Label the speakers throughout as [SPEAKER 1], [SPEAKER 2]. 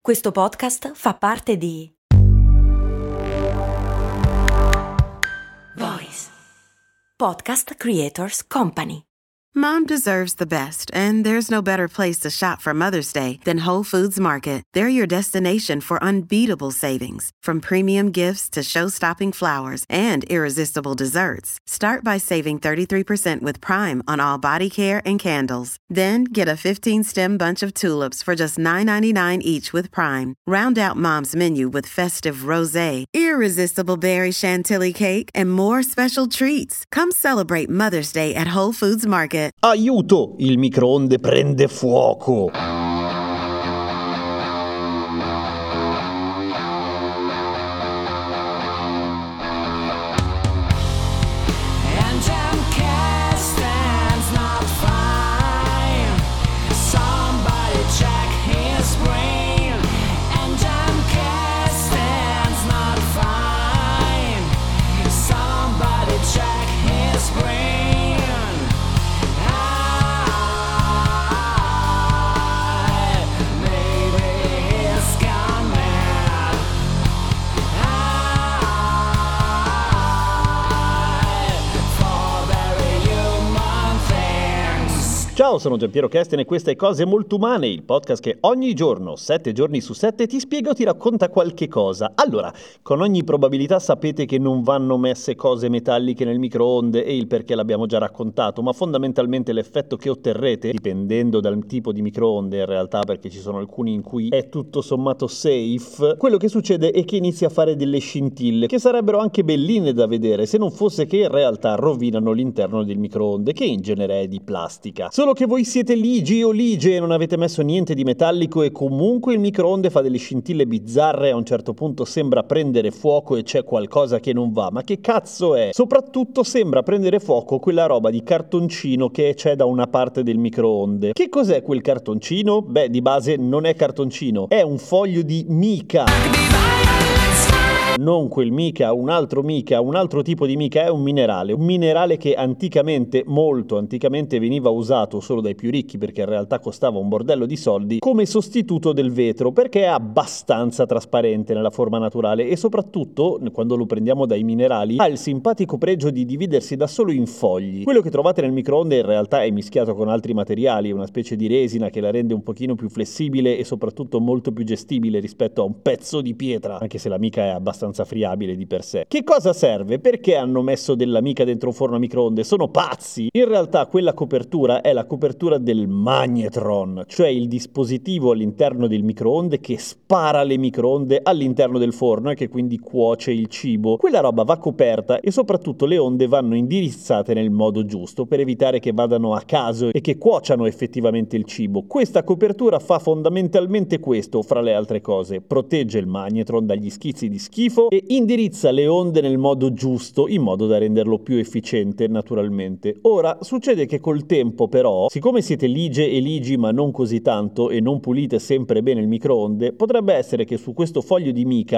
[SPEAKER 1] Questo podcast fa parte di Voice Podcast Creators Company.
[SPEAKER 2] Mom deserves the best, and there's no better place to shop for Mother's Day than Whole Foods Market. They're your destination for unbeatable savings, from premium gifts to show-stopping flowers and irresistible desserts. Start by saving 33% with Prime on all body care and candles. Then get a 15-stem bunch of tulips for just $9.99 each with Prime. Round out Mom's menu with festive rosé, irresistible berry chantilly cake, and more special treats. Come celebrate Mother's Day at Whole Foods Market.
[SPEAKER 3] Aiuto! Il microonde prende fuoco! Ciao, sono Giampiero Kesten e questa è Cose Molto Umane, il podcast che ogni giorno, 7 giorni su 7, ti spiega o ti racconta qualche cosa. Allora, con ogni probabilità sapete che non vanno messe cose metalliche nel microonde e il perché l'abbiamo già raccontato, ma fondamentalmente l'effetto che otterrete, dipendendo dal tipo di microonde in realtà, perché ci sono alcuni in cui è tutto sommato safe, quello che succede è che inizia a fare delle scintille, che sarebbero anche belline da vedere, se non fosse che in realtà rovinano l'interno del microonde, che in genere è di plastica. Solo che voi siete ligi o ligie e non avete messo niente di metallico e comunque il microonde fa delle scintille bizzarre, a un certo punto sembra prendere fuoco e c'è qualcosa che non va. Ma che cazzo è? Soprattutto sembra prendere fuoco quella roba di cartoncino che c'è da una parte del microonde. Che cos'è quel cartoncino? Beh, di base non è cartoncino, è un foglio di mica. Non quel mica, un altro tipo di mica, è un minerale che anticamente, molto anticamente, veniva usato solo dai più ricchi perché in realtà costava un bordello di soldi come sostituto del vetro perché è abbastanza trasparente nella forma naturale e soprattutto quando lo prendiamo dai minerali ha il simpatico pregio di dividersi da solo in fogli. Quello che trovate nel microonde in realtà è mischiato con altri materiali, una specie di resina che la rende un pochino più flessibile e soprattutto molto più gestibile rispetto a un pezzo di pietra, anche se la mica è abbastanza friabile di per sé. Che cosa serve? Perché hanno messo della mica dentro un forno a microonde? Sono pazzi! In realtà quella copertura è la copertura del magnetron, cioè il dispositivo all'interno del microonde che spara le microonde all'interno del forno e che quindi cuoce il cibo. Quella roba va coperta e soprattutto le onde vanno indirizzate nel modo giusto per evitare che vadano a caso e che cuociano effettivamente il cibo. Questa copertura fa fondamentalmente questo, fra le altre cose. Protegge il magnetron dagli schizzi di schifo e indirizza le onde nel modo giusto, in modo da renderlo più efficiente naturalmente. Ora, succede che col tempo però, siccome siete ligie e ligi ma non così tanto e non pulite sempre bene il microonde, potrebbe essere che su questo foglio di mica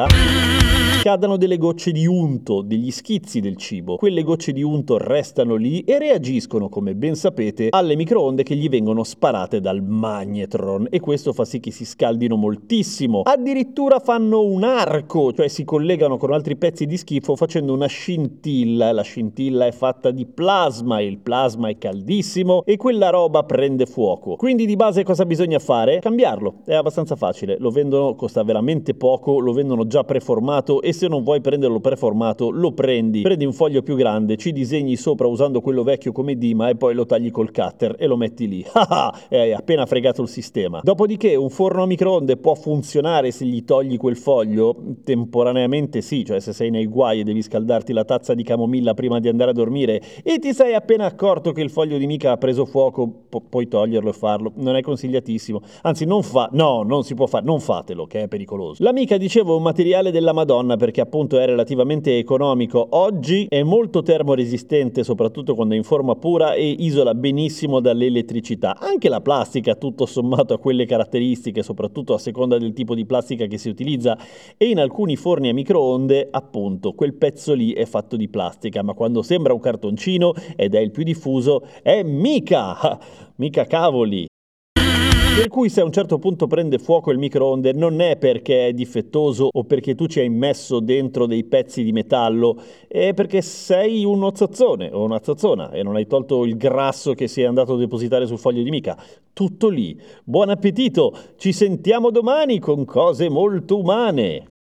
[SPEAKER 3] cadano delle gocce di unto, degli schizzi del cibo. Quelle gocce di unto restano lì e reagiscono, come ben sapete, alle microonde che gli vengono sparate dal magnetron e questo fa sì che si scaldino moltissimo. Addirittura fanno un arco, cioè si collegano con altri pezzi di schifo facendo una scintilla. La scintilla è fatta di plasma, il plasma è caldissimo e quella roba prende fuoco. Quindi di base cosa bisogna fare? Cambiarlo, è abbastanza facile, lo vendono, costa veramente poco, lo vendono già preformato e se non vuoi prenderlo preformato lo prendi un foglio più grande, ci disegni sopra usando quello vecchio come dima e poi lo tagli col cutter e lo metti lì. E hai appena fregato il sistema. Dopodiché un forno a microonde può funzionare se gli togli quel foglio? Temporaneamente sì, cioè se sei nei guai e devi scaldarti la tazza di camomilla prima di andare a dormire e ti sei appena accorto che il foglio di mica ha preso fuoco, puoi toglierlo e farlo, non è consigliatissimo, anzi non si può fare, non fatelo che è pericoloso. La mica, dicevo, è un materiale della Madonna perché appunto è relativamente economico, oggi è molto termoresistente soprattutto quando è in forma pura e isola benissimo dall'elettricità, anche la plastica tutto sommato ha quelle caratteristiche soprattutto a seconda del tipo di plastica che si utilizza e in alcuni forni a microonde appunto quel pezzo lì è fatto di plastica ma quando sembra un cartoncino ed è il più diffuso è mica cavoli. Per cui se a un certo punto prende fuoco il microonde non è perché è difettoso o perché tu ci hai messo dentro dei pezzi di metallo, è perché sei uno zozzone o una zozzona e non hai tolto il grasso che si è andato a depositare sul foglio di mica. Tutto lì. Buon appetito! Ci sentiamo domani con cose molto umane!